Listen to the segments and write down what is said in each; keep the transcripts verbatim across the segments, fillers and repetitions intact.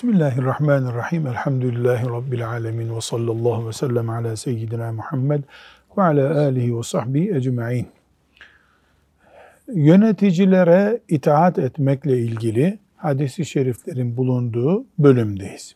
Bismillahirrahmanirrahim. Elhamdülillahi Rabbil alemin. Ve sallallahu ve sellem ala seyyidina Muhammed ve ala alihi ve sahbihi ecma'in. Yöneticilere itaat etmekle ilgili hadis-i şeriflerin bulunduğu bölümdeyiz.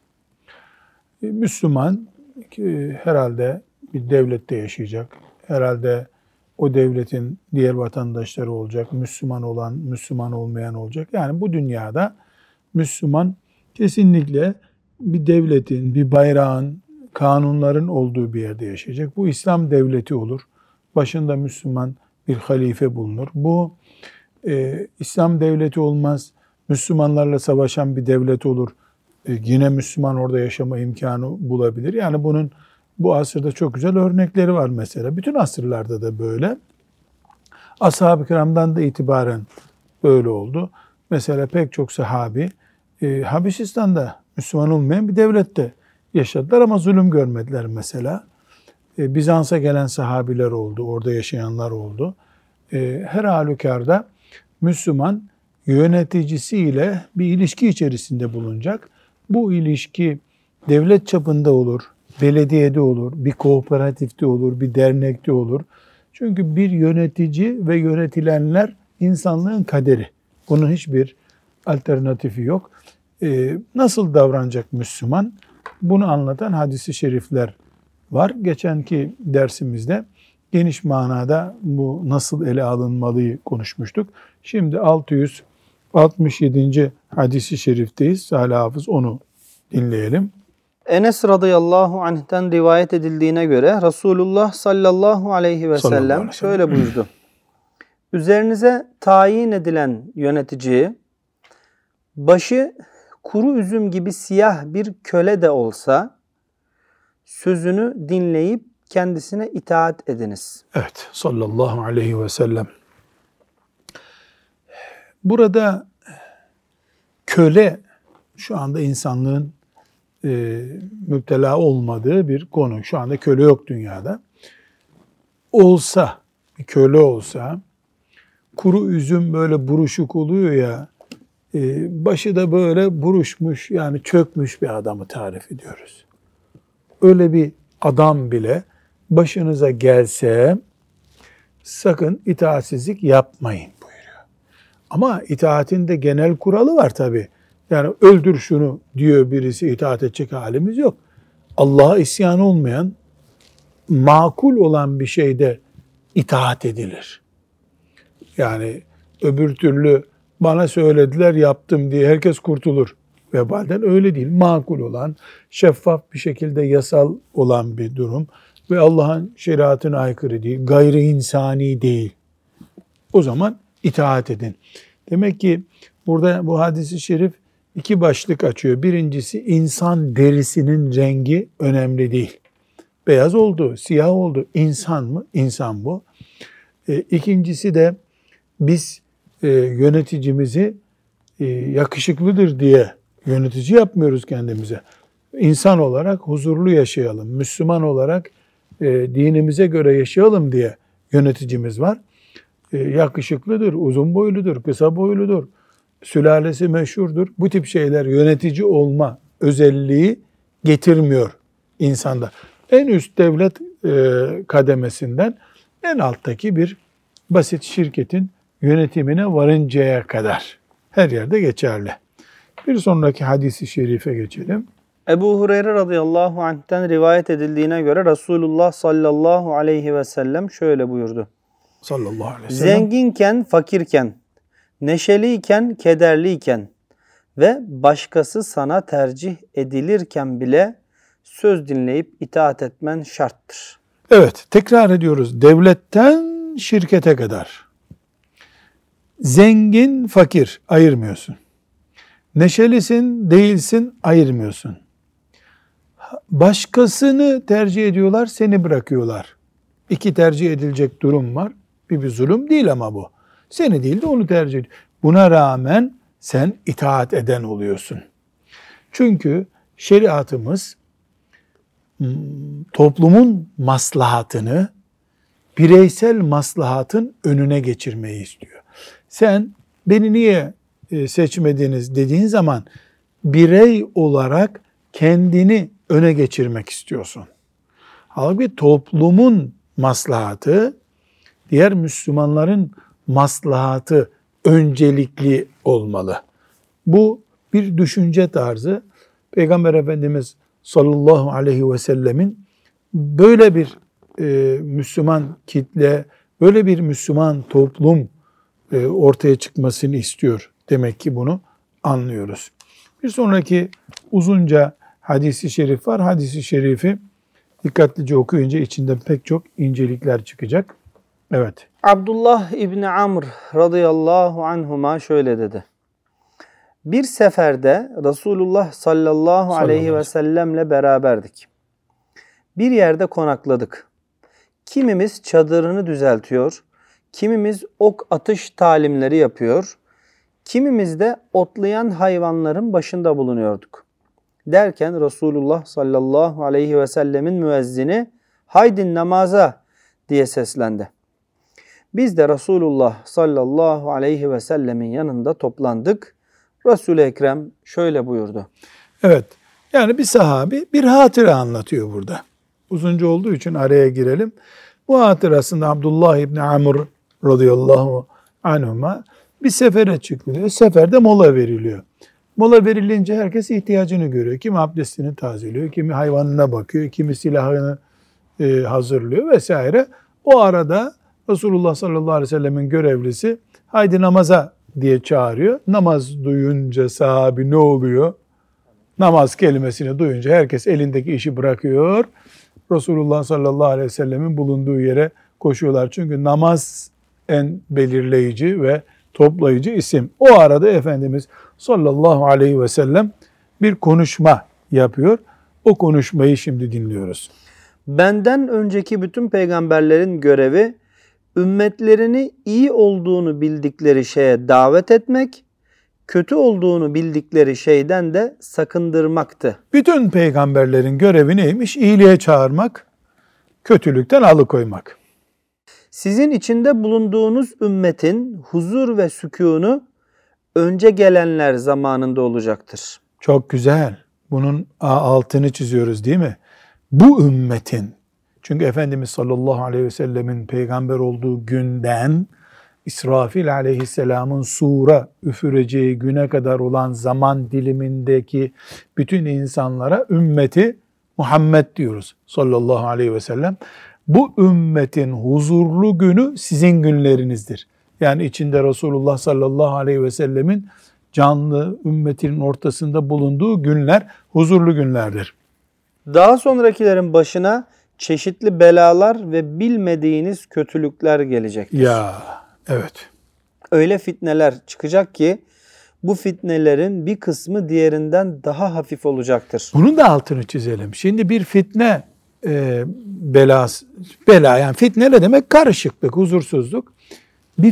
Müslüman herhalde bir devlette yaşayacak. Herhalde o devletin diğer vatandaşları olacak. Müslüman olan, Müslüman olmayan olacak. Yani bu dünyada Müslüman kesinlikle bir devletin, bir bayrağın, kanunların olduğu bir yerde yaşayacak. Bu İslam devleti olur. Başında Müslüman bir halife bulunur. Bu e, İslam devleti olmaz. Müslümanlarla savaşan bir devlet olur. E, yine Müslüman orada yaşama imkanı bulabilir. Yani bunun bu asırda çok güzel örnekleri var mesela. Bütün asırlarda da böyle. Ashab-ı kiramdan da itibaren böyle oldu. Mesela pek çok sahabi e, Habeşistan'da Müslüman olmayan bir devlette yaşadılar ama zulüm görmediler mesela. E, Bizans'a gelen sahabiler oldu, orada yaşayanlar oldu. E, her halükarda Müslüman yöneticisiyle bir ilişki içerisinde bulunacak. Bu ilişki devlet çapında olur, belediyede olur, bir kooperatifte olur, bir dernekte olur. Çünkü bir yönetici ve yönetilenler insanlığın kaderi. Bunun hiçbir alternatifi yok. Ee, nasıl davranacak Müslüman? Bunu anlatan hadis-i şerifler var. Geçenki dersimizde geniş manada bu nasıl ele alınmalıyı konuşmuştuk. Şimdi altı yüz altmış yedinci hadis-i şerifteyiz. Salih Hafız onu dinleyelim. Enes radıyallahu anh'ten rivayet edildiğine göre Resulullah sallallahu aleyhi ve Sallallahu sellem aleyhi ve sellem. şöyle buyurdu. Üzerinize tayin edilen yöneticiyi başı kuru üzüm gibi siyah bir köle de olsa sözünü dinleyip kendisine itaat ediniz. Evet, sallallahu aleyhi ve sellem. Burada köle şu anda insanlığın e, müptela olmadığı bir konu. Şu anda köle yok dünyada. Olsa, bir köle olsa, kuru üzüm böyle buruşuk oluyor ya, e, başı da böyle buruşmuş, yani çökmüş bir adamı tarif ediyoruz. Öyle bir adam bile başınıza gelse sakın itaatsizlik yapmayın buyuruyor. Ama itaatin de genel kuralı var tabii. Yani öldür şunu diyor birisi, itaat edecek halimiz yok. Allah'a isyan olmayan, makul olan bir şeyde itaat edilir. Yani öbür türlü bana söylediler yaptım diye herkes kurtulur vebalden, öyle değil. Makul olan, şeffaf bir şekilde yasal olan bir durum ve Allah'ın şeriatına aykırı değil, gayri insani değil. O zaman itaat edin. Demek ki burada bu hadis-i şerif iki başlık açıyor. Birincisi, insan derisinin rengi önemli değil. Beyaz oldu, siyah oldu. İnsan mı? İnsan bu. E, ikincisi de biz e, yöneticimizi e, yakışıklıdır diye yönetici yapmıyoruz kendimize. İnsan olarak huzurlu yaşayalım, Müslüman olarak e, dinimize göre yaşayalım diye yöneticimiz var. E, yakışıklıdır, uzun boyludur, kısa boyludur, sülalesi meşhurdur. Bu tip şeyler yönetici olma özelliği getirmiyor insanda. En üst devlet e, kademesinden en alttaki bir basit şirketin yönetimine varıncaya kadar her yerde geçerli. Bir sonraki hadis-i şerife geçelim. Ebu Hureyre radıyallahu anh'ten rivayet edildiğine göre Resulullah sallallahu aleyhi ve sellem şöyle buyurdu. Sallallahu aleyhi ve sellem. Zenginken, fakirken, neşeliyken, kederliyken ve başkası sana tercih edilirken bile söz dinleyip itaat etmen şarttır. Evet, tekrar ediyoruz. Devletten şirkete kadar. Zengin, fakir ayırmıyorsun. Neşelisin, değilsin ayırmıyorsun. Başkasını tercih ediyorlar, seni bırakıyorlar. İki tercih edilecek durum var. Bir, bir zulüm değil ama bu. Seni değil de onu tercih ediyor. Buna rağmen sen itaat eden oluyorsun. Çünkü şeriatımız toplumun maslahatını bireysel maslahatın önüne geçirmeyi istiyor. Sen beni niye seçmediniz dediğin zaman birey olarak kendini öne geçirmek istiyorsun. Halbuki toplumun maslahatı, diğer Müslümanların maslahatı öncelikli olmalı. Bu bir düşünce tarzı. Peygamber Efendimiz sallallahu aleyhi ve sellemin böyle bir e, Müslüman kitle, böyle bir Müslüman toplum e, ortaya çıkmasını istiyor. Demek ki bunu anlıyoruz. Bir sonraki uzunca hadisi şerif var. Hadisi şerifi dikkatlice okuyunca içinden pek çok incelikler çıkacak. Evet. Abdullah İbni Amr radıyallahu anhuma şöyle dedi. Bir seferde Resulullah sallallahu aleyhi ve sellemle beraberdik. Bir yerde konakladık. Kimimiz çadırını düzeltiyor, kimimiz ok atış talimleri yapıyor, kimimiz de otlayan hayvanların başında bulunuyorduk. Derken Resulullah sallallahu aleyhi ve sellemin müezzini "Haydin namaza" diye seslendi. Biz de Resulullah sallallahu aleyhi ve sellemin yanında toplandık. Resul-i Ekrem şöyle buyurdu. Evet, yani bir sahabi bir hatıra anlatıyor burada. Uzunca olduğu için araya girelim. Bu hatırasında Abdullah İbni Amr radıyallahu anhuma bir sefere çıkılıyor. Seferde mola veriliyor. Mola verilince herkes ihtiyacını görüyor. Kimi abdestini tazeliyor, kimi hayvanına bakıyor, kimi silahını e, hazırlıyor vesaire. O arada Resulullah sallallahu aleyhi ve sellemin görevlisi haydi namaza diye çağırıyor. Namaz duyunca sahabi ne oluyor? Namaz kelimesini duyunca herkes elindeki işi bırakıyor. Resulullah sallallahu aleyhi ve sellemin bulunduğu yere koşuyorlar. Çünkü namaz en belirleyici ve toplayıcı isim. O arada Efendimiz sallallahu aleyhi ve sellem bir konuşma yapıyor. O konuşmayı şimdi dinliyoruz. Benden önceki bütün peygamberlerin görevi ümmetlerini iyi olduğunu bildikleri şeye davet etmek, kötü olduğunu bildikleri şeyden de sakındırmaktı. Bütün peygamberlerin görevi neymiş? İyiliğe çağırmak, kötülükten alıkoymak. Sizin içinde bulunduğunuz ümmetin huzur ve sükûnu önce gelenler zamanında olacaktır. Çok güzel. Bunun altını çiziyoruz değil mi? Bu ümmetin, çünkü Efendimiz sallallahu aleyhi ve sellemin peygamber olduğu günden İsrafil aleyhisselamın sura üfüreceği güne kadar olan zaman dilimindeki bütün insanlara ümmeti Muhammed diyoruz sallallahu aleyhi ve sellem. Bu ümmetin huzurlu günü sizin günlerinizdir. Yani içinde Resulullah sallallahu aleyhi ve sellemin canlı ümmetinin ortasında bulunduğu günler huzurlu günlerdir. Daha sonrakilerin başına çeşitli belalar ve bilmediğiniz kötülükler gelecektir. Ya evet. Öyle fitneler çıkacak ki bu fitnelerin bir kısmı diğerinden daha hafif olacaktır. Bunun da altını çizelim. Şimdi bir fitne e, belası, bela yani fitne ne demek? Karışıklık, huzursuzluk. Bir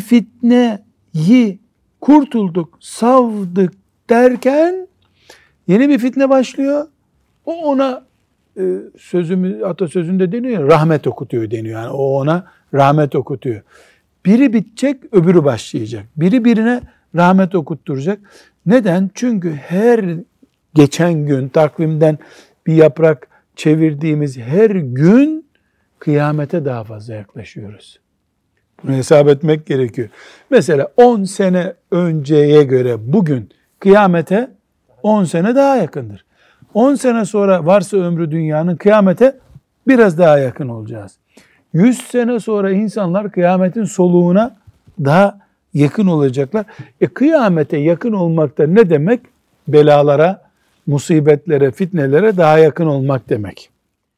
fitneyi kurtulduk, savdık derken yeni bir fitne başlıyor. O ona e, sözümü atasözünde deniyor ya, rahmet okutuyor deniyor. Yani o ona rahmet okutuyor. Biri bitecek, öbürü başlayacak. Biri birine rahmet okutturacak. Neden? Çünkü her geçen gün takvimden bir yaprak çevirdiğimiz her gün kıyamete daha fazla yaklaşıyoruz. Bunu hesap etmek gerekiyor. Mesela on sene önceye göre bugün kıyamete on sene daha yakındır. on sene sonra varsa ömrü dünyanın kıyamete biraz daha yakın olacağız. yüz sene sonra insanlar kıyametin soluğuna daha yakın olacaklar. E kıyamete yakın olmak da ne demek? Belalara, musibetlere, fitnelere daha yakın olmak demek.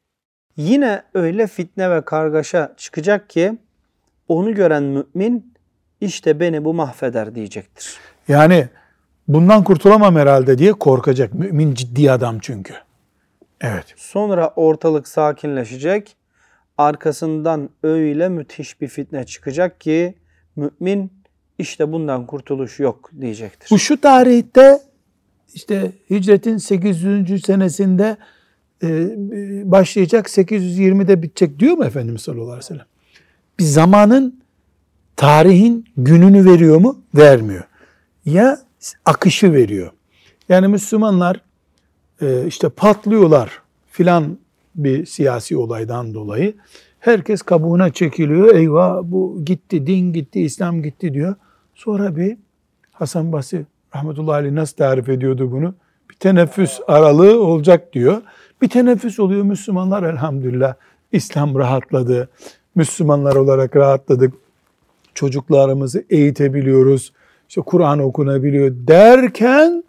Yine öyle fitne ve kargaşa çıkacak ki onu gören mümin işte beni bu mahveder diyecektir. Yani bundan kurtulamam herhalde diye korkacak. Mümin ciddi adam çünkü. Evet. Sonra ortalık sakinleşecek. Arkasından öyle müthiş bir fitne çıkacak ki mümin işte bundan kurtuluş yok diyecektir. Bu şu tarihte işte hicretin sekiz yüzüncü senesinde e, başlayacak, sekiz yüz yirmide bitecek diyor mu Efendimiz sallallahu aleyhi ve sellem? Bir zamanın, tarihin gününü veriyor mu? Vermiyor. Ya akışı veriyor. Yani Müslümanlar e, işte patlıyorlar filan bir siyasi olaydan dolayı. Herkes kabuğuna çekiliyor. Eyvah bu gitti, din gitti, İslam gitti diyor. Sonra bir Hasan Basri rahmetullahi aleyh nasıl tarif ediyordu bunu? Bir teneffüs aralığı olacak diyor. Bir teneffüs oluyor, Müslümanlar elhamdülillah İslam rahatladı. Müslümanlar olarak rahatladık. Çocuklarımızı eğitebiliyoruz. İşte Kur'an okunabiliyor derken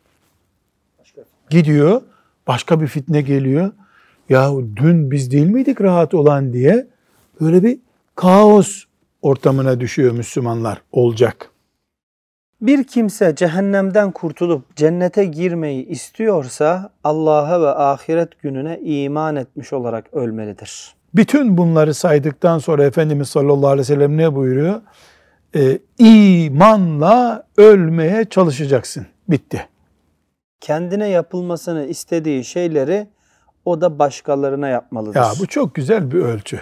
gidiyor. Başka bir fitne geliyor. Yahu dün biz değil miydik rahat olan diye böyle bir kaos ortamına düşüyor Müslümanlar olacak. Bir kimse cehennemden kurtulup cennete girmeyi istiyorsa Allah'a ve ahiret gününe iman etmiş olarak ölmelidir. Bütün bunları saydıktan sonra Efendimiz sallallahu aleyhi ve sellem ne buyuruyor? Ee, imanla ölmeye çalışacaksın. Bitti. Kendine yapılmasını istediği şeyleri o da başkalarına yapmalıdır. Ya bu çok güzel bir ölçü.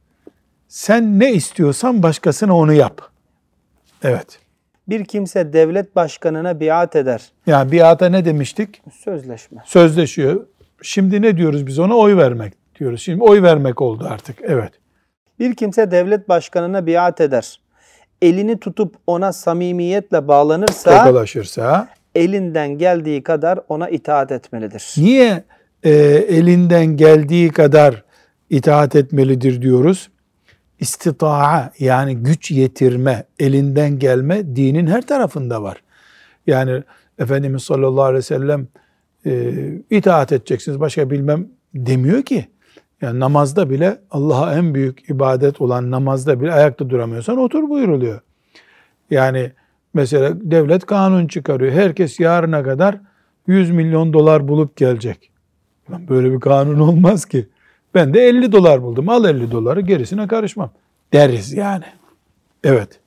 Sen ne istiyorsan başkasına onu yap. Evet. Bir kimse devlet başkanına biat eder. Yani biata ne demiştik? Sözleşme. Sözleşiyor. Şimdi ne diyoruz biz ona? Oy vermek diyoruz. Şimdi oy vermek oldu artık. Evet. Bir kimse devlet başkanına biat eder. Elini tutup ona samimiyetle bağlanırsa, Tokalaşırsa, elinden geldiği kadar ona itaat etmelidir. niye e, elinden geldiği kadar itaat etmelidir diyoruz? İstitaa, yani güç yetirme, elinden gelme dinin her tarafında var. Yani Efendimiz sallallahu aleyhi ve sellem e, itaat edeceksiniz, başka bilmem demiyor ki. Yani namazda bile, Allah'a en büyük ibadet olan namazda bile ayakta duramıyorsan otur buyuruluyor. Yani mesela devlet kanun çıkarıyor. Herkes yarına kadar yüz milyon dolar bulup gelecek. Böyle bir kanun olmaz ki. Ben de elli dolar buldum. Al elli doları, gerisine karışmam deriz yani. Evet.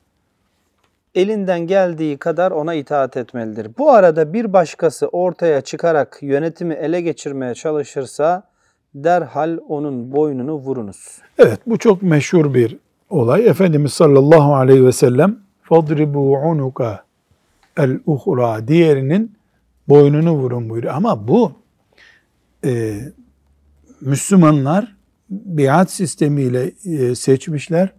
Elinden geldiği kadar ona itaat etmelidir. Bu arada bir başkası ortaya çıkarak yönetimi ele geçirmeye çalışırsa derhal onun boynunu vurunuz. Evet, bu çok meşhur bir olay. Efendimiz sallallahu aleyhi ve sellem فَضْرِبُوا عُنُكَ el-ukhra, diğerinin boynunu vurun buyuruyor. Ama bu e, Müslümanlar biat sistemiyle e, seçmişler.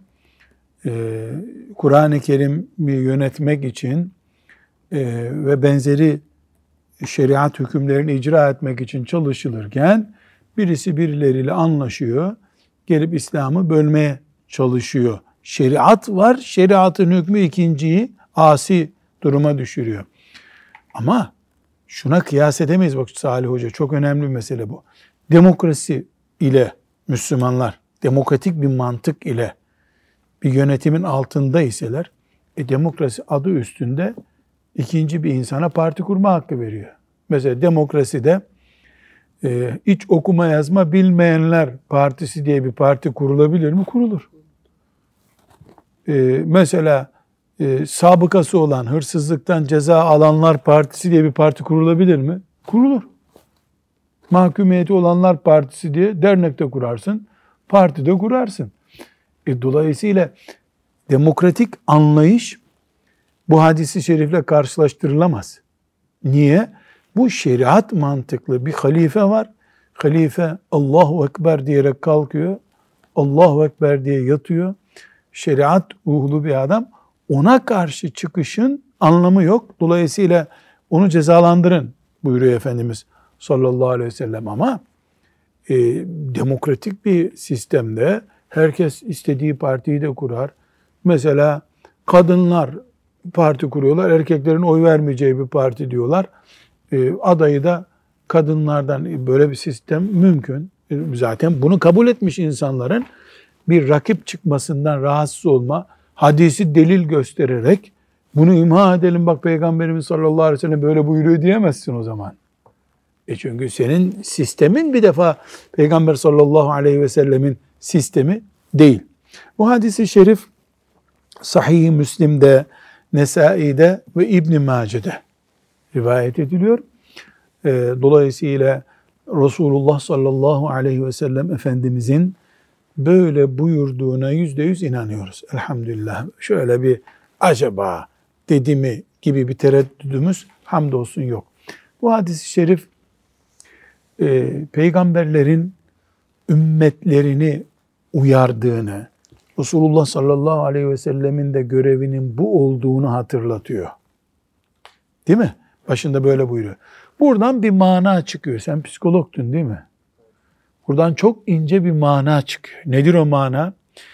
E, Kur'an-ı Kerim'i yönetmek için e, ve benzeri şeriat hükümlerini icra etmek için çalışılırken birisi birileriyle anlaşıyor, gelip İslam'ı bölmeye çalışıyor. Şeriat var, şeriatın hükmü ikinciyi asi duruma düşürüyor. Ama şuna kıyas edemeyiz, bak Salih Hoca, çok önemli bir mesele bu. Demokrasi ile Müslümanlar, demokratik bir mantık ile bir yönetimin altında iseler, e, demokrasi adı üstünde ikinci bir insana parti kurma hakkı veriyor. Mesela demokraside e, hiç okuma yazma bilmeyenler partisi diye bir parti kurulabilir mi? Kurulur. E, mesela e, sabıkası olan, hırsızlıktan ceza alanlar partisi diye bir parti kurulabilir mi? Kurulur. Mahkumiyeti olanlar partisi diye dernekte kurarsın, partide kurarsın. E, dolayısıyla demokratik anlayış bu hadisi şerifle karşılaştırılamaz. Niye? Bu şeriat mantıklı bir halife var. Halife Allahu Ekber diyerek kalkıyor. Allahu Ekber diye yatıyor. Şeriat ruhlu bir adam. Ona karşı çıkışın anlamı yok. Dolayısıyla onu cezalandırın buyuruyor Efendimiz sallallahu aleyhi ve sellem. Ama e, demokratik bir sistemde herkes istediği partiyi de kurar. Mesela kadınlar parti kuruyorlar. Erkeklerin oy vermeyeceği bir parti diyorlar. E, adayı da kadınlardan, böyle bir sistem mümkün. E, zaten bunu kabul etmiş insanların bir rakip çıkmasından rahatsız olma, hadisi delil göstererek bunu imha edelim, bak Peygamberimiz sallallahu aleyhi ve sellem böyle buyuruyor diyemezsin o zaman. E çünkü senin sistemin bir defa Peygamber sallallahu aleyhi ve sellemin sistemi değil. Bu hadisi şerif Sahih-i Müslim'de, Nesai'de ve İbn-i Mace'de rivayet ediliyor. E, dolayısıyla Resulullah sallallahu aleyhi ve sellem Efendimizin böyle buyurduğuna yüzde yüz inanıyoruz. Elhamdülillah. Şöyle bir acaba dedi mi gibi bir tereddüdümüz hamdolsun yok. Bu hadis-i şerif e, peygamberlerin ümmetlerini uyardığını, Resulullah sallallahu aleyhi ve sellemin de görevinin bu olduğunu hatırlatıyor. Değil mi? Başında böyle buyuruyor. Buradan bir mana çıkıyor. Sen psikologtun değil mi? Buradan çok ince bir mana çıkıyor. Nedir o mana?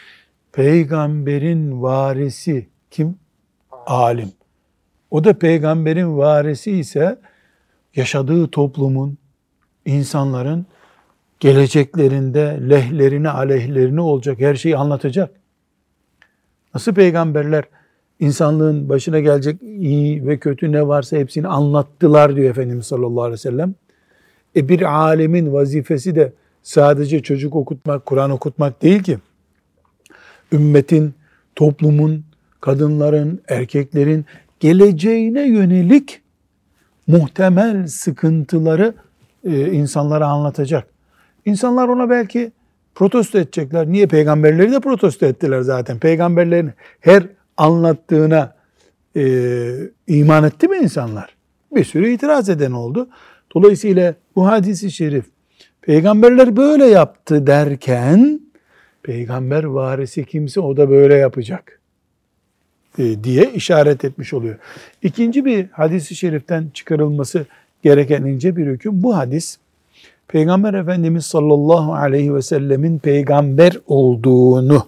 Peygamberin varisi kim? Alim. O da peygamberin varisi ise yaşadığı toplumun, insanların geleceklerinde lehlerini, aleyhlerini olacak her şeyi anlatacak. Nasıl peygamberler insanlığın başına gelecek iyi ve kötü ne varsa hepsini anlattılar diyor Efendimiz sallallahu aleyhi ve sellem. E bir alemin vazifesi de sadece çocuk okutmak, Kur'an okutmak değil ki. Ümmetin, toplumun, kadınların, erkeklerin geleceğine yönelik muhtemel sıkıntıları e, insanlara anlatacak. İnsanlar ona belki protesto edecekler. Niye? Peygamberleri de protesto ettiler zaten. Peygamberlerin her anlattığına e, iman etti mi insanlar? Bir sürü itiraz eden oldu. Dolayısıyla bu hadis-i şerif peygamberler böyle yaptı derken peygamber varisi kimse o da böyle yapacak e, diye işaret etmiş oluyor. İkinci bir hadis-i şeriften çıkarılması gereken ince bir hüküm. Bu hadis Peygamber Efendimiz sallallahu aleyhi ve sellemin peygamber olduğunu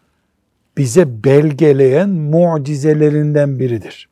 bize belgeleyen mucizelerinden biridir.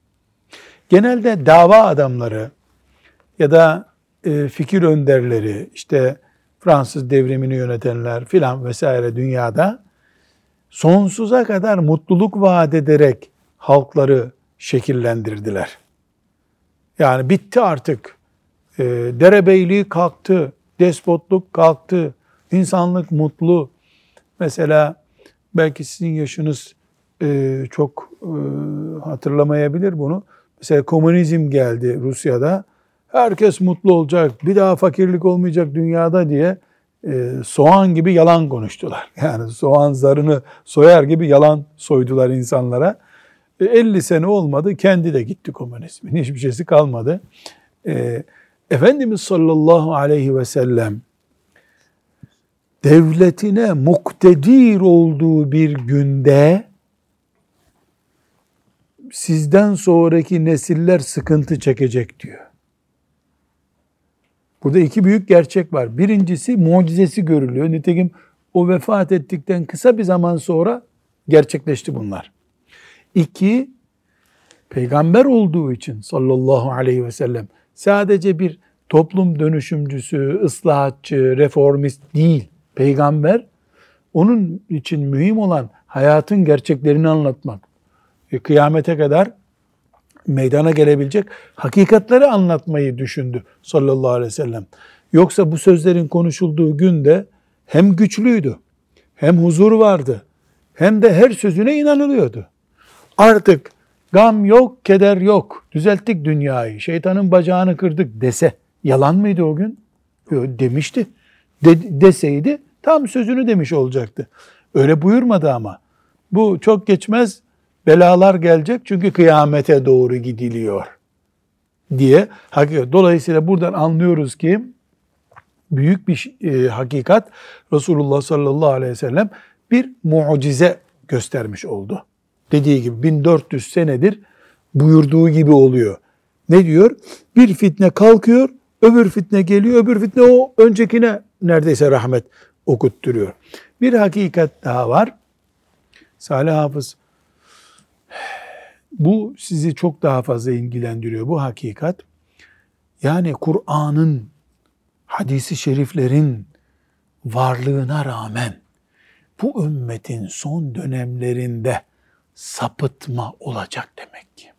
Genelde dava adamları ya da e, fikir önderleri, işte Fransız devrimini yönetenler filan vesaire dünyada sonsuza kadar mutluluk vaat ederek halkları şekillendirdiler. Yani bitti artık. E, derebeyliği kalktı, despotluk kalktı, insanlık mutlu. Mesela belki sizin yaşınız e, çok e, hatırlamayabilir bunu. Mesela komünizm geldi Rusya'da. Herkes mutlu olacak, bir daha fakirlik olmayacak dünyada diye e, soğan gibi yalan konuştular. Yani soğan zarını soyar gibi yalan soydular insanlara. E, elli sene olmadı, kendi de gitti komünizmin. Hiçbir şeysi kalmadı. E, Efendimiz sallallahu aleyhi ve sellem devletine muktedir olduğu bir günde sizden sonraki nesiller sıkıntı çekecek diyor. Burada iki büyük gerçek var. Birincisi mucizesi görülüyor. Nitekim o vefat ettikten kısa bir zaman sonra gerçekleşti bunlar. İki, peygamber olduğu için sallallahu aleyhi ve sellem sadece bir toplum dönüşümcüsü, ıslahatçı, reformist değil. Peygamber, onun için mühim olan hayatın gerçeklerini anlatmak. E, kıyamete kadar meydana gelebilecek hakikatleri anlatmayı düşündü sallallahu aleyhi ve sellem. Yoksa bu sözlerin konuşulduğu günde hem güçlüydü, hem huzur vardı, hem de her sözüne inanılıyordu. Artık gam yok, keder yok, düzelttik dünyayı, şeytanın bacağını kırdık dese yalan mıydı o gün? Yok, demişti. De, deseydi tam sözünü demiş olacaktı. Öyle buyurmadı ama. Bu çok geçmez, belalar gelecek çünkü kıyamete doğru gidiliyor diye. Dolayısıyla buradan anlıyoruz ki büyük bir e, hakikat Resulullah sallallahu aleyhi ve sellem bir mucize göstermiş oldu. Dediği gibi bin dört yüz senedir buyurduğu gibi oluyor. Ne diyor? Bir fitne kalkıyor, öbür fitne geliyor, öbür fitne o öncekine neredeyse rahmet okutturuyor. Bir hakikat daha var. Salih Hafız, bu sizi çok daha fazla ilgilendiriyor. Bu hakikat, yani Kur'an'ın, hadisi şeriflerin varlığına rağmen bu ümmetin son dönemlerinde sapıtma olacak demek ki.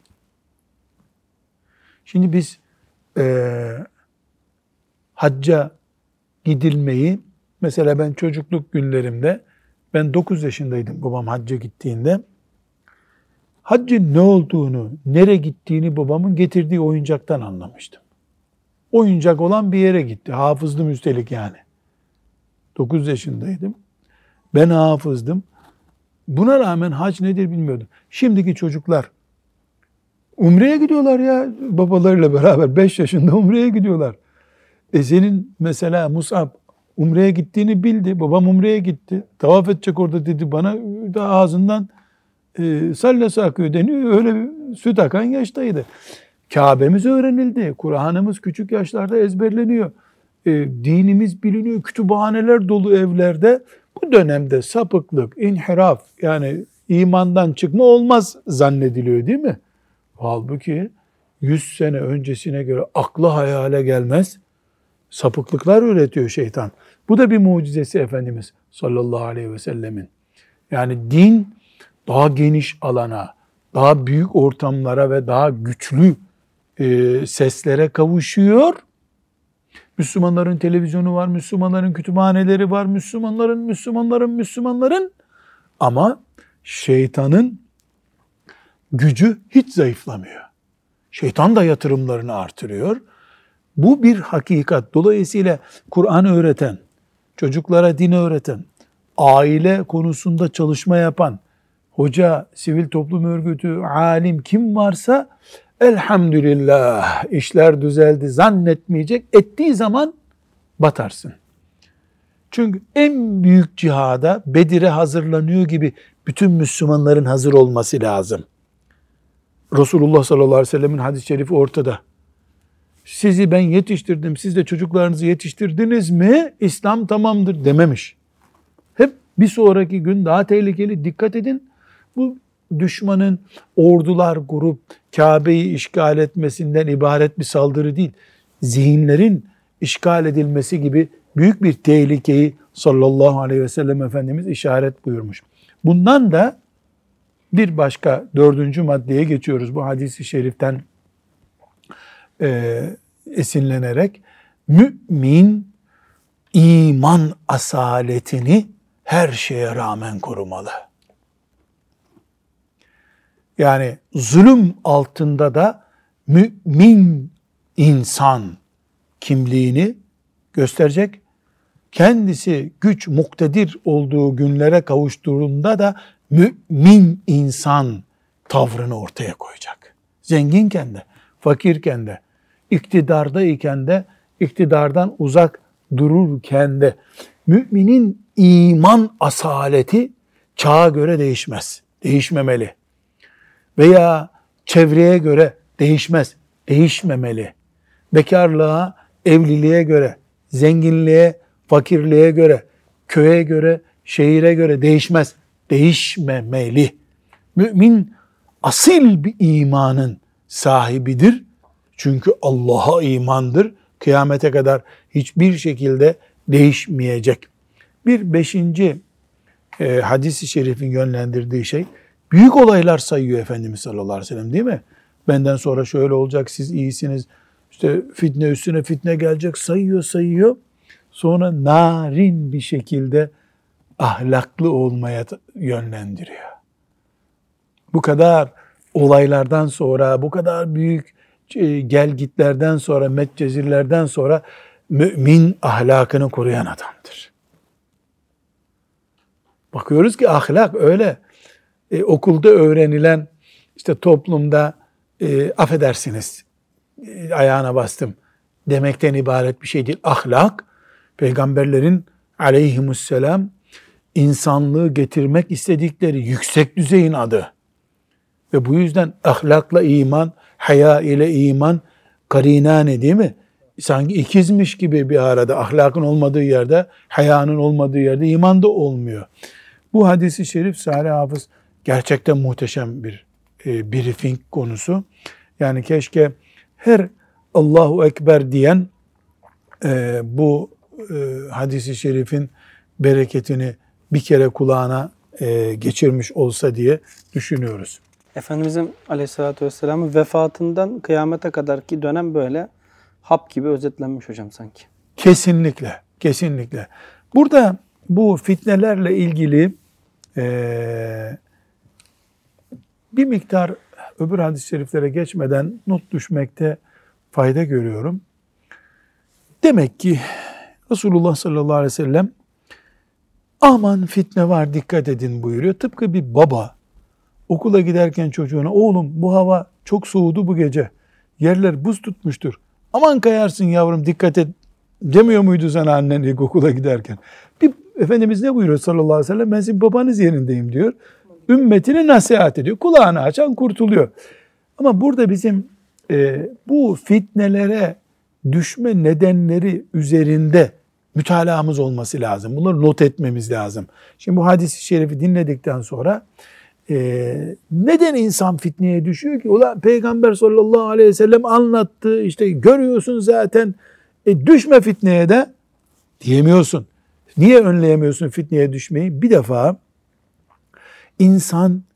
Şimdi biz e, hacca gidilmeyi, mesela ben çocukluk günlerimde, ben dokuz yaşındaydım babam hacca gittiğinde, haccın ne olduğunu, nereye gittiğini babamın getirdiği oyuncaktan anlamıştım. Oyuncak olan bir yere gitti. Hafızdım üstelik yani. dokuz yaşındaydım. Ben hafızdım. Buna rağmen hac nedir bilmiyordum. Şimdiki çocuklar Umre'ye gidiyorlar ya babalarıyla beraber. beş yaşında Umre'ye gidiyorlar. E senin mesela Mus'ab Umre'ye gittiğini bildi. Babam Umre'ye gitti. Tavaf edecek orada dedi bana. Da ağzından e, sallası akıyor deniyor. Öyle bir süt akan yaştaydı. Kabe'miz öğrenildi. Kur'an'ımız küçük yaşlarda ezberleniyor. E, dinimiz biliniyor. Kütüphaneler dolu evlerde. Bu dönemde sapıklık, inhiraf yani imandan çıkma olmaz zannediliyor değil mi? Halbuki yüz sene öncesine göre akla hayale gelmez sapıklıklar üretiyor şeytan. Bu da bir mucizesi Efendimiz sallallahu aleyhi ve sellemin. Yani din daha geniş alana, daha büyük ortamlara ve daha güçlü e, seslere kavuşuyor. Müslümanların televizyonu var, Müslümanların kütüphaneleri var, Müslümanların, Müslümanların, Müslümanların ama şeytanın gücü hiç zayıflamıyor. Şeytan da yatırımlarını artırıyor. Bu bir hakikat. Dolayısıyla Kur'an öğreten, çocuklara din öğreten, aile konusunda çalışma yapan, hoca, sivil toplum örgütü, alim kim varsa elhamdülillah işler düzeldi zannetmeyecek. Ettiği zaman batarsın. Çünkü en büyük cihada Bedir'e hazırlanıyor gibi bütün Müslümanların hazır olması lazım. Resulullah sallallahu aleyhi ve sellemin hadis-i şerifi ortada. Sizi ben yetiştirdim, siz de çocuklarınızı yetiştirdiniz mi? İslam tamamdır dememiş. Hep bir sonraki gün daha tehlikeli. Dikkat edin. Bu düşmanın ordular kurup Kabe'yi işgal etmesinden ibaret bir saldırı değil. Zihinlerin işgal edilmesi gibi büyük bir tehlikeyi sallallahu aleyhi ve sellem Efendimiz işaret buyurmuş. Bundan da bir başka dördüncü maddeye geçiyoruz bu hadis-i şeriften e, esinlenerek. Mümin iman asaletini her şeye rağmen korumalı. Yani zulüm altında da mümin insan kimliğini gösterecek. Kendisi güç muktedir olduğu günlere kavuştuğunda da mümin insan tavrını ortaya koyacak. Zenginken de, fakirken de, iktidardayken de, iktidardan uzak dururken de müminin iman asaleti çağa göre değişmez. Değişmemeli. Veya çevreye göre değişmez. Değişmemeli. Bekarlığa, evliliğe göre, zenginliğe, fakirliğe göre, köye göre, şehire göre değişmez. Değişmemeli. Mümin asil bir imanın sahibidir. Çünkü Allah'a imandır. Kıyamete kadar hiçbir şekilde değişmeyecek. Bir beşinci e, hadis-i şerifin yönlendirdiği şey, büyük olaylar sayıyor Efendimiz sallallahu aleyhi ve sellem değil mi? Benden sonra şöyle olacak, siz iyisiniz, işte fitne üstüne fitne gelecek, sayıyor sayıyor. Sonra narin bir şekilde ahlaklı olmaya yönlendiriyor. Bu kadar olaylardan sonra, bu kadar büyük gelgitlerden sonra, metcezirlerden sonra mümin ahlakını koruyan adamdır. Bakıyoruz ki ahlak öyle e, okulda öğrenilen, işte toplumda e, affedersiniz e, ayağına bastım demekten ibaret bir şey değil. Ahlak, peygamberlerin aleyhimusselam insanlığı getirmek istedikleri yüksek düzeyin adı. Ve bu yüzden ahlakla iman, haya ile iman karinane değil mi? Sanki ikizmiş gibi bir arada, ahlakın olmadığı yerde, hayanın olmadığı yerde iman da olmuyor. Bu hadisi şerif Salih Hafız gerçekten muhteşem bir e, briefing konusu. Yani keşke her Allahu Ekber diyen e, bu e, hadisi şerifin bereketini bir kere kulağına e, geçirmiş olsa diye düşünüyoruz. Efendimizin aleyhissalatü vesselamın vefatından kıyamete kadarki dönem böyle hap gibi özetlenmiş hocam sanki. Kesinlikle, kesinlikle. Burada bu fitnelerle ilgili e, bir miktar öbür hadis-i şeriflere geçmeden not düşmekte fayda görüyorum. Demek ki Resulullah sallallahu aleyhi ve sellem aman fitne var dikkat edin buyuruyor. Tıpkı bir baba okula giderken çocuğuna, oğlum bu hava çok soğudu bu gece, yerler buz tutmuştur, aman kayarsın yavrum dikkat et demiyor muydu sana annen ilk okula giderken? Bir Efendimiz ne buyuruyor sallallahu aleyhi ve sellem? Ben sizin babanız yerindeyim diyor. Ümmetine nasihat ediyor. Kulağını açan kurtuluyor. Ama burada bizim e, bu fitnelere düşme nedenleri üzerinde mütalaamız olması lazım. Bunları not etmemiz lazım. Şimdi bu hadis-i şerifi dinledikten sonra e, neden insan fitneye düşüyor ki? Ulan Peygamber sallallahu aleyhi ve sellem anlattı. İşte görüyorsun zaten. E, düşme fitneye de diyemiyorsun. Niye önleyemiyorsun fitneye düşmeyi? Bir defa insan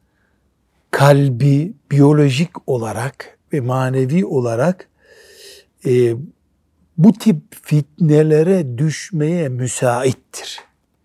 kalbi biyolojik olarak ve manevi olarak e, bu tip fitnelere düşmeye müsaittir.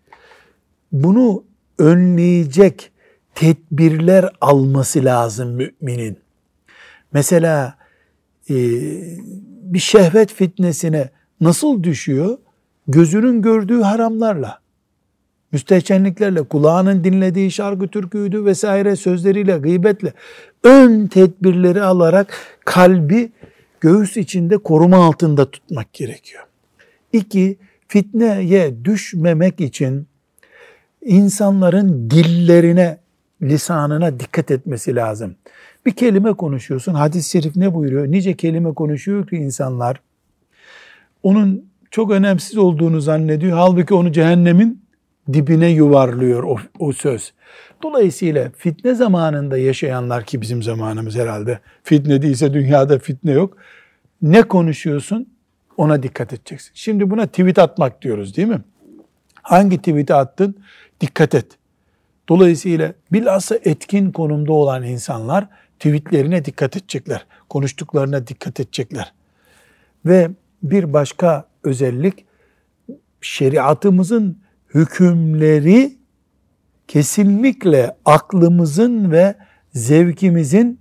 Bunu önleyecek tedbirler alması lazım müminin. Mesela e, bir şehvet fitnesine nasıl düşüyor? Gözünün gördüğü haramlarla, müstehcenliklerle, kulağının dinlediği şarkı türküydü vesaire sözleriyle, gıybetle ön tedbirleri alarak kalbi göğüs içinde koruma altında tutmak gerekiyor. İki, fitneye düşmemek için insanların dillerine, lisanına dikkat etmesi lazım. Bir kelime konuşuyorsun, hadis-i şerif ne buyuruyor? Nice kelime konuşuyor ki insanlar, onun çok önemsiz olduğunu zannediyor. Halbuki onu cehennemin dibine yuvarlıyor o, o söz. Dolayısıyla fitne zamanında yaşayanlar, ki bizim zamanımız herhalde fitne değilse dünyada fitne yok. Ne konuşuyorsun? Ona dikkat edeceksin. Şimdi buna tweet atmak diyoruz değil mi? Hangi tweet'i attın? Dikkat et. Dolayısıyla bilhassa etkin konumda olan insanlar tweetlerine dikkat edecekler. Konuştuklarına dikkat edecekler. Ve bir başka özellik, şeriatımızın hükümleri kesinlikle aklımızın ve zevkimizin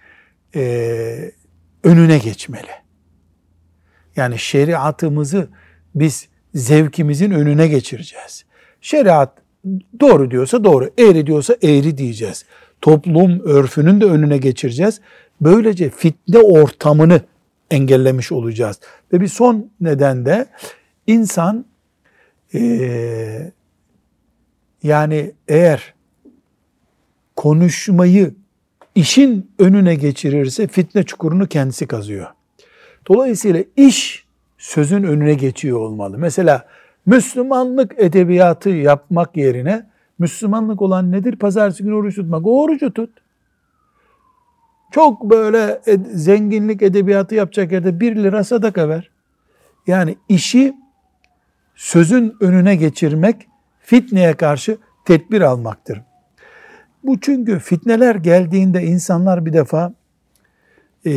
e, önüne geçmeli. Yani şeriatımızı biz zevkimizin önüne geçireceğiz. Şeriat doğru diyorsa doğru, eğri diyorsa eğri diyeceğiz. Toplum örfünün de önüne geçireceğiz. Böylece fitne ortamını engellemiş olacağız. Ve bir son neden de insan e, yani eğer konuşmayı işin önüne geçirirse fitne çukurunu kendisi kazıyor. Dolayısıyla iş sözün önüne geçiyor olmalı. Mesela Müslümanlık edebiyatı yapmak yerine Müslümanlık olan nedir? Pazartesi günü oruç tutmak. O orucu tut. Çok böyle zenginlik edebiyatı yapacak yerde bir lira sadaka ver. Yani işi sözün önüne geçirmek fitneye karşı tedbir almaktır. Bu çünkü fitneler geldiğinde insanlar bir defa e,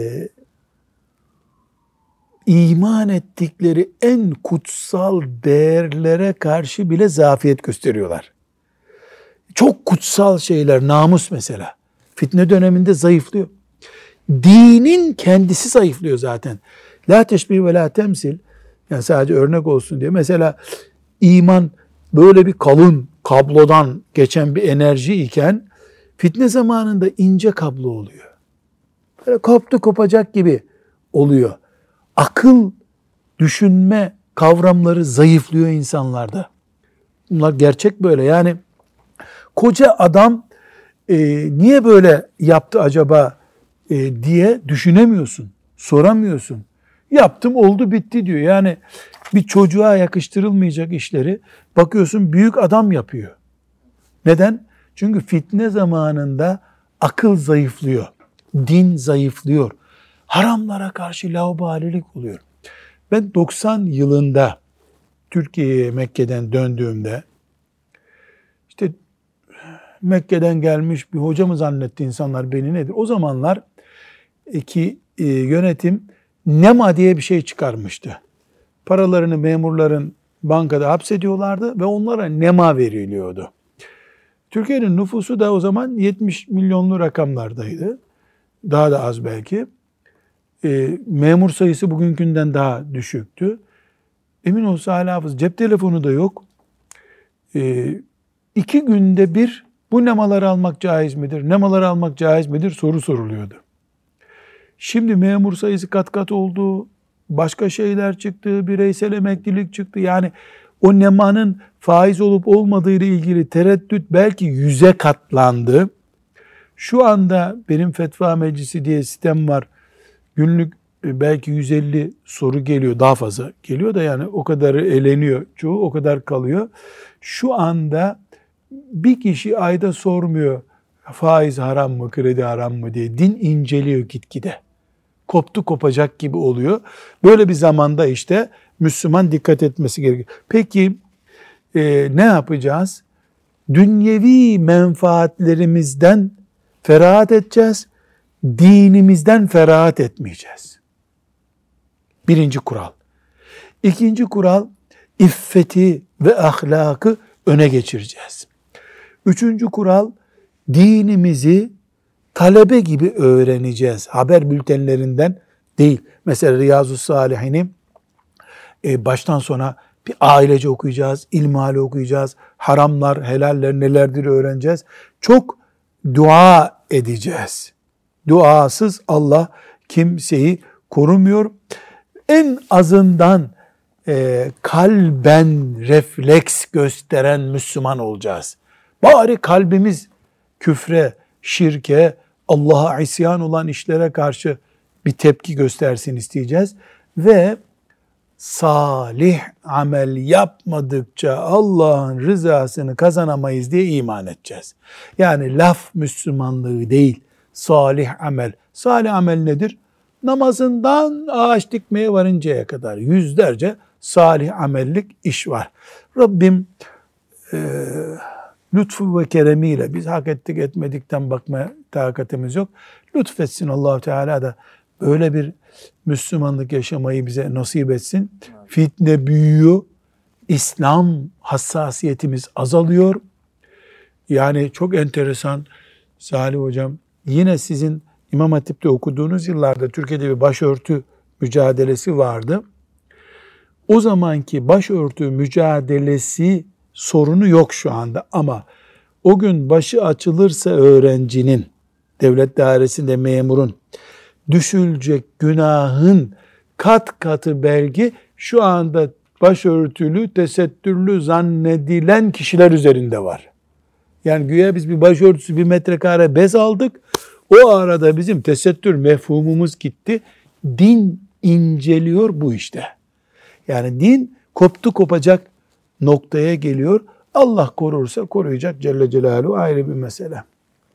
iman ettikleri en kutsal değerlere karşı bile zafiyet gösteriyorlar. Çok kutsal şeyler, namus mesela, fitne döneminde zayıflıyor. Dinin kendisi zayıflıyor zaten. La teşbih ve la temsil, yani sadece örnek olsun diye. Mesela iman böyle bir kalın kablodan geçen bir enerji iken fitne zamanında ince kablo oluyor. Böyle koptu kopacak gibi oluyor. Akıl, düşünme kavramları zayıflıyor insanlarda. Bunlar gerçek böyle. Yani koca adam e, niye böyle yaptı acaba e, diye düşünemiyorsun, soramıyorsun. Yaptım oldu bitti diyor. Yani bir çocuğa yakıştırılmayacak işleri bakıyorsun büyük adam yapıyor. Neden? Çünkü fitne zamanında akıl zayıflıyor, din zayıflıyor. Haramlara karşı laubalilik oluyor. Ben doksan yılında Türkiye'ye Mekke'den döndüğümde işte Mekke'den gelmiş bir hocamı zannetti insanlar beni nedir? O zamanlar ki e, yönetim nema diye bir şey çıkarmıştı. Paralarını memurların bankada hapsediyorlardı ve onlara nema veriliyordu. Türkiye'nin nüfusu da o zaman yetmiş milyonlu rakamlardaydı. Daha da az belki. E, memur sayısı bugünkünden daha düşüktü. Emin olsa hala hafız. Cep telefonu da yok. E, iki günde bir Bu nemaları almak caiz midir? Nemaları almak caiz midir? Soru soruluyordu. Şimdi memur sayısı kat kat oldu. Başka şeyler çıktı. Bireysel emeklilik çıktı. Yani o nemanın faiz olup olmadığı ile ilgili tereddüt belki yüze katlandı. Şu anda benim fetva meclisi diye sistem var. Günlük belki yüz elli soru geliyor. Daha fazla geliyor da yani o kadarı eleniyor. Çoğu o kadar kalıyor. Şu anda bir kişi ayda sormuyor faiz haram mı, kredi haram mı diye. Din inceliyor gitgide. Koptu kopacak gibi oluyor. Böyle bir zamanda işte Müslüman dikkat etmesi gerekiyor. Peki e, ne yapacağız? Dünyevi menfaatlerimizden ferahat edeceğiz. Dinimizden ferahat etmeyeceğiz. Birinci kural. İkinci kural, iffeti ve ahlakı öne geçireceğiz. Üçüncü kural, dinimizi talebe gibi öğreneceğiz. Haber bültenlerinden değil. Mesela Riyazu Salihini e, baştan sona bir ailece okuyacağız, ilmihali okuyacağız, haramlar, helaller nelerdir öğreneceğiz. Çok dua edeceğiz. Duasız Allah kimseyi korumuyor. En azından e, kalben refleks gösteren Müslüman olacağız. Bari kalbimiz küfre, şirke, Allah'a isyan olan işlere karşı bir tepki göstersin isteyeceğiz. Ve salih amel yapmadıkça Allah'ın rızasını kazanamayız diye iman edeceğiz. Yani laf Müslümanlığı değil, salih amel. Salih amel nedir? Namazından ağaç dikmeye varıncaya kadar yüzlerce salih amellik iş var. Rabbim e, lütfu ve keremiyle biz hak ettik etmedikten bakmaya takatimiz yok. Lütfetsin Allah-u Teala da böyle bir Müslümanlık yaşamayı bize nasip etsin. Fitne büyüyor. İslam hassasiyetimiz azalıyor. Yani çok enteresan Salih Hocam, yine sizin İmam Hatip'te okuduğunuz yıllarda Türkiye'de bir başörtü mücadelesi vardı. O zamanki başörtü mücadelesi sorunu yok şu anda ama o gün başı açılırsa öğrencinin, devlet dairesinde memurun düşülecek günahın kat katı belki şu anda başörtülü, tesettürlü zannedilen kişiler üzerinde var. Yani güya biz bir başörtüsü bir metrekare bez aldık. O arada bizim tesettür mefhumumuz gitti. Din inceliyor bu işte. Yani din koptu kopacak noktaya geliyor. Allah korursa koruyacak Celle Celaluhu, ayrı bir mesele.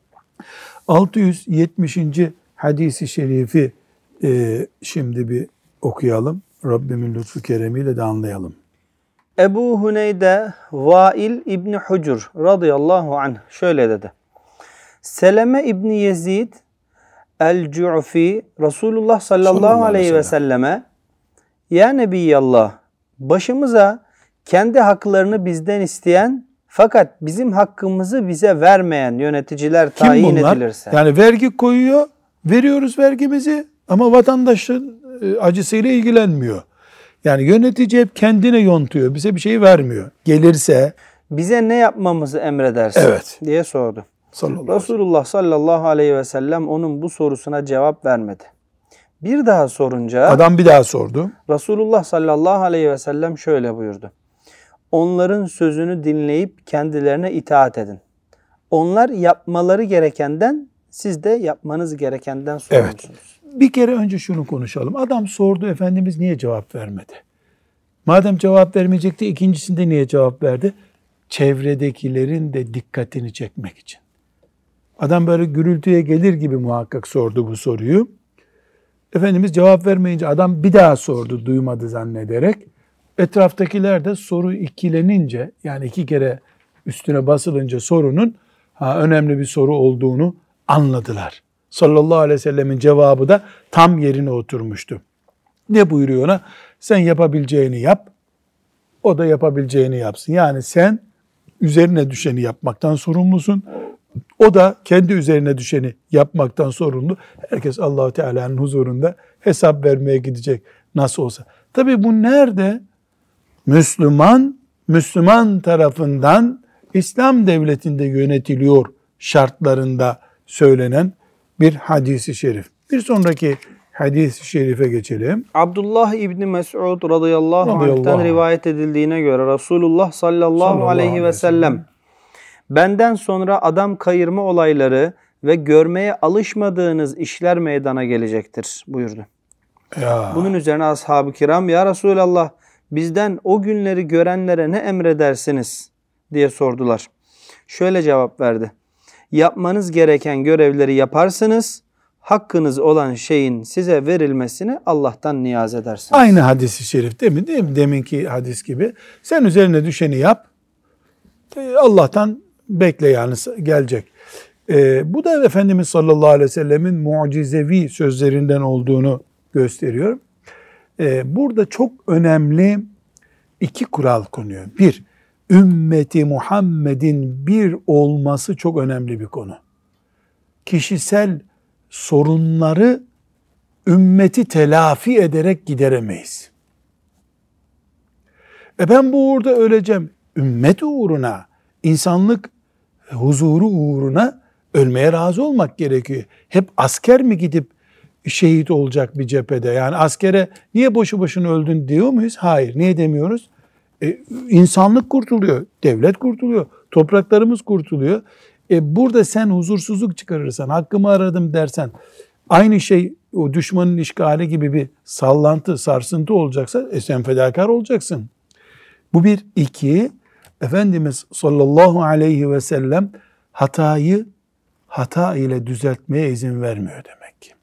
altı yüz yetmişinci hadisi şerifi e, şimdi bir okuyalım. Rabbimin lütfu keremiyle de anlayalım. Ebu Huneyde Vail İbni Hucur radıyallahu anh şöyle dedi. Seleme İbni Yezid el-Cu'fi Resulullah sallallahu aleyhi ve selleme ya Nebiyallah, başımıza kendi haklarını bizden isteyen fakat bizim hakkımızı bize vermeyen yöneticiler tayin edilirse. Yani vergi koyuyor, veriyoruz vergimizi ama vatandaşın acısıyla ilgilenmiyor. Yani yönetici hep kendine yontuyor, bize bir şey vermiyor. Gelirse bize ne yapmamızı emredersin evet diye sordu. Sallallahu Resulullah sallallahu aleyhi ve sellem onun bu sorusuna cevap vermedi. Bir daha sorunca adam bir daha sordu. Resulullah sallallahu aleyhi ve sellem şöyle buyurdu. Onların sözünü dinleyip kendilerine itaat edin. Onlar yapmaları gerekenden, siz de yapmanız gerekenden sorumlusunuz. Evet. Bir kere önce şunu konuşalım. Adam sordu, Efendimiz niye cevap vermedi? Madem cevap vermeyecekti, ikincisinde niye cevap verdi? Çevredekilerin de dikkatini çekmek için. Adam böyle gürültüye gelir gibi muhakkak sordu bu soruyu. Efendimiz cevap vermeyince adam bir daha sordu, duymadı zannederek. Etraftakiler de soru ikilenince, yani iki kere üstüne basılınca sorunun ha, önemli bir soru olduğunu anladılar. Sallallahu aleyhi ve sellemin cevabı da tam yerine oturmuştu. Ne buyuruyor ona? Sen yapabileceğini yap, o da yapabileceğini yapsın. Yani sen üzerine düşeni yapmaktan sorumlusun. O da kendi üzerine düşeni yapmaktan sorumlu. Herkes Allah-u Teala'nın huzurunda hesap vermeye gidecek nasıl olsa. Tabii bu nerede? Müslüman, Müslüman tarafından İslam devletinde yönetiliyor şartlarında söylenen bir hadis-i şerif. Bir sonraki hadis-i şerife geçelim. Abdullah İbni Mes'ud radıyallahu Radıyallahu anh'ten anh. rivayet edildiğine göre Resulullah sallallahu, Sallallahu aleyhi aleyhi ve ve sellem benden sonra adam kayırma olayları ve görmeye alışmadığınız işler meydana gelecektir buyurdu. Ya. Bunun üzerine ashab-ı kiram ya Resulallah bizden o günleri görenlere ne emredersiniz diye sordular. Şöyle cevap verdi. Yapmanız gereken görevleri yaparsınız. Hakkınız olan şeyin size verilmesini Allah'tan niyaz edersiniz. Aynı hadis-i şerif değil mi? Değil mi? Deminki hadis gibi. Sen üzerine düşeni yap. Allah'tan bekle yani gelecek. Ee, bu da Efendimiz sallallahu aleyhi ve sellemin mucizevi sözlerinden olduğunu gösteriyor. Ee, burada çok önemli iki kural konuyor. Bir, ümmeti Muhammed'in bir olması çok önemli bir konu. Kişisel sorunları ümmeti telafi ederek gideremeyiz. E ben bu uğurda öleceğim. Ümmet uğruna, insanlık huzuru uğruna ölmeye razı olmak gerekiyor. Hep asker mi gidip şehit olacak bir cephede? Yani askere niye boşu boşuna öldün diyor muyuz? Hayır. Niye demiyoruz? E, insanlık kurtuluyor, devlet kurtuluyor, topraklarımız kurtuluyor. E, burada sen huzursuzluk çıkarırsan, hakkımı aradım dersen, aynı şey o düşmanın işgali gibi bir sallantı, sarsıntı olacaksa e, sen fedakar olacaksın. Bu bir. İki, Efendimiz sallallahu aleyhi ve sellem hatayı hata ile düzeltmeye izin vermiyor demek ki.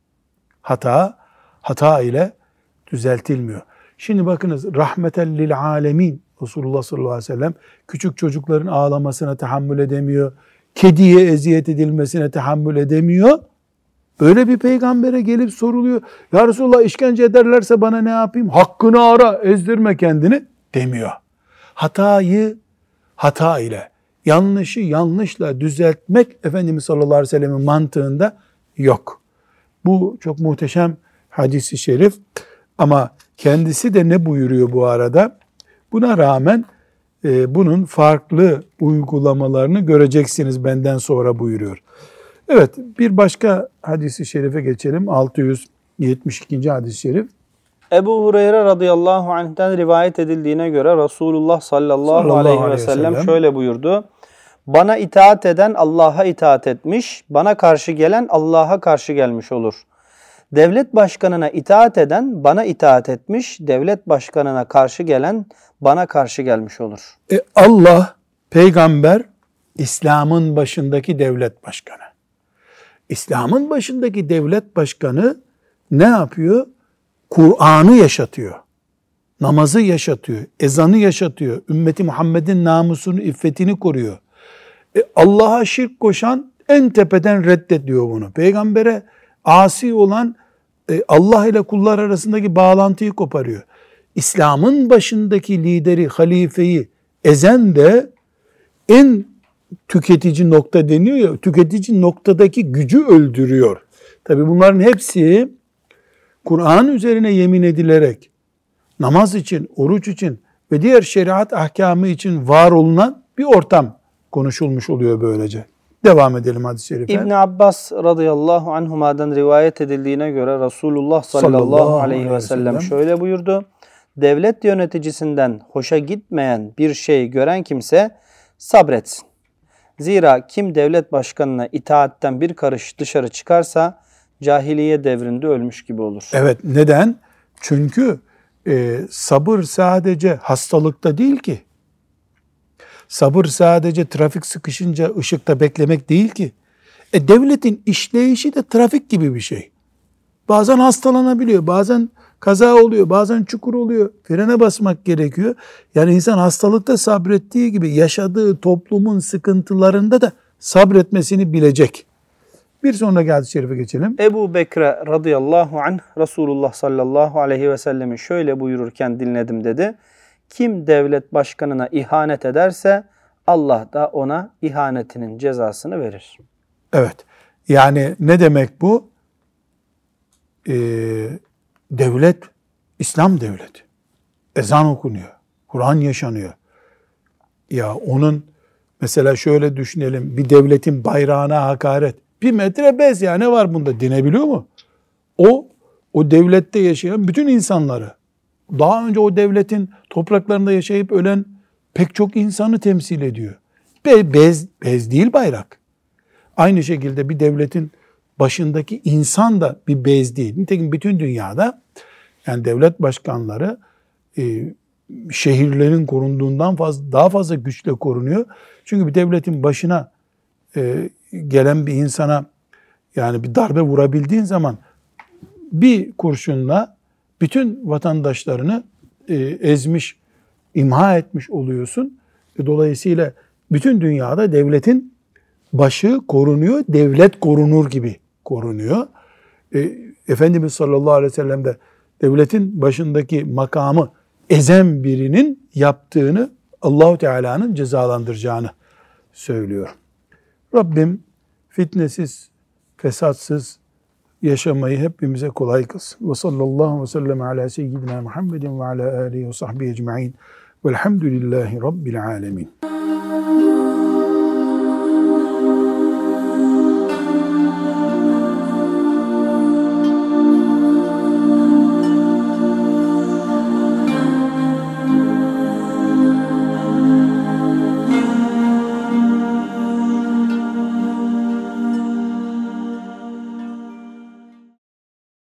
Hata, hata ile düzeltilmiyor. Şimdi bakınız rahmeten lil alemin Resulullah sallallahu aleyhi ve sellem küçük çocukların ağlamasına tahammül edemiyor. Kediye eziyet edilmesine tahammül edemiyor. Böyle bir peygambere gelip soruluyor. Ya Resulullah işkence ederlerse bana ne yapayım? Hakkını ara, ezdirme kendini demiyor. Hatayı hata ile, yanlışı yanlışla düzeltmek Efendimiz sallallahu aleyhi ve sellemin mantığında yok. Bu çok muhteşem hadis-i şerif. Ama kendisi de ne buyuruyor bu arada? Buna rağmen e, bunun farklı uygulamalarını göreceksiniz benden sonra buyuruyor. Evet, bir başka hadis-i şerife geçelim. altı yüz yetmiş ikinci hadis-i şerif. Ebu Hureyre radıyallahu anh'ten rivayet edildiğine göre Resulullah sallallahu, sallallahu aleyhi, aleyhi ve ve sellem, sellem şöyle buyurdu. Bana itaat eden Allah'a itaat etmiş, bana karşı gelen Allah'a karşı gelmiş olur. Devlet başkanına itaat eden bana itaat etmiş, devlet başkanına karşı gelen bana karşı gelmiş olur. E, Allah, peygamber, İslam'ın başındaki devlet başkanı. İslam'ın başındaki devlet başkanı ne yapıyor? Kur'an'ı yaşatıyor. Namazı yaşatıyor. Ezanı yaşatıyor. Ümmeti Muhammed'in namusunu, iffetini koruyor. E, Allah'a şirk koşan en tepeden reddediyor bunu. Peygambere asi olan e, Allah ile kullar arasındaki bağlantıyı koparıyor. İslam'ın başındaki lideri, halifeyi ezen de en tüketici nokta deniyor ya, tüketici noktadaki gücü öldürüyor. Tabi bunların hepsi Kur'an üzerine yemin edilerek namaz için, oruç için ve diğer şeriat ahkamı için var olunan bir ortam konuşulmuş oluyor böylece. Devam edelim hadis-i şerife. İbn Abbas radıyallahu anhuma'dan rivayet edildiğine göre Resulullah sallallahu, sallallahu aleyhi ve sellem şöyle buyurdu. Devlet yöneticisinden hoşa gitmeyen bir şey gören kimse sabretsin. Zira kim devlet başkanına itaatten bir karış dışarı çıkarsa cahiliye devrinde ölmüş gibi olur. Evet, neden? Çünkü e, sabır sadece hastalıkta değil ki. Sabır sadece trafik sıkışınca ışıkta beklemek değil ki. E, devletin işleyişi de trafik gibi bir şey. Bazen hastalanabiliyor, bazen kaza oluyor, bazen çukur oluyor. Frene basmak gerekiyor. Yani insan hastalıkta sabrettiği gibi yaşadığı toplumun sıkıntılarında da sabretmesini bilecek. Bir sonraki hadis-i şerife geçelim. Ebu Bekre radıyallahu anh Resulullah sallallahu aleyhi ve sellemi şöyle buyururken dinledim dedi. Kim devlet başkanına ihanet ederse Allah da ona ihanetinin cezasını verir. Evet. Yani ne demek bu? Ee, devlet, İslam devleti. Ezan okunuyor. Kur'an yaşanıyor. Ya onun Mesela şöyle düşünelim, bir devletin bayrağına hakaret. Bir metre bez ya, ne var bunda dinebiliyor mu? O, o devlette yaşayan bütün insanları, daha önce o devletin topraklarında yaşayıp ölen pek çok insanı temsil ediyor. Be, bez, bez değil bayrak. Aynı şekilde bir devletin başındaki insan da bir bez değil. Nitekim bütün dünyada yani devlet başkanları e, şehirlerin korunduğundan fazla, daha fazla güçle korunuyor. Çünkü bir devletin başına e, gelen bir insana yani bir darbe vurabildiğin zaman bir kurşunla bütün vatandaşlarını e, ezmiş, imha etmiş oluyorsun. E, dolayısıyla bütün dünyada devletin başı korunuyor, devlet korunur gibi korunuyor. E, Efendimiz sallallahu aleyhi ve sellem de devletin başındaki makamı ezen birinin yaptığını Allah-u Teala'nın cezalandıracağını söylüyor. Rabbim fitnesiz, fesatsız yaşamayı hepimize kolay kılsın. Ve sallallahu ve sellem ala seyyidina Muhammedin ve ala alihi ve sahbihi ecma'in. Velhamdülillahi Rabbil alemin.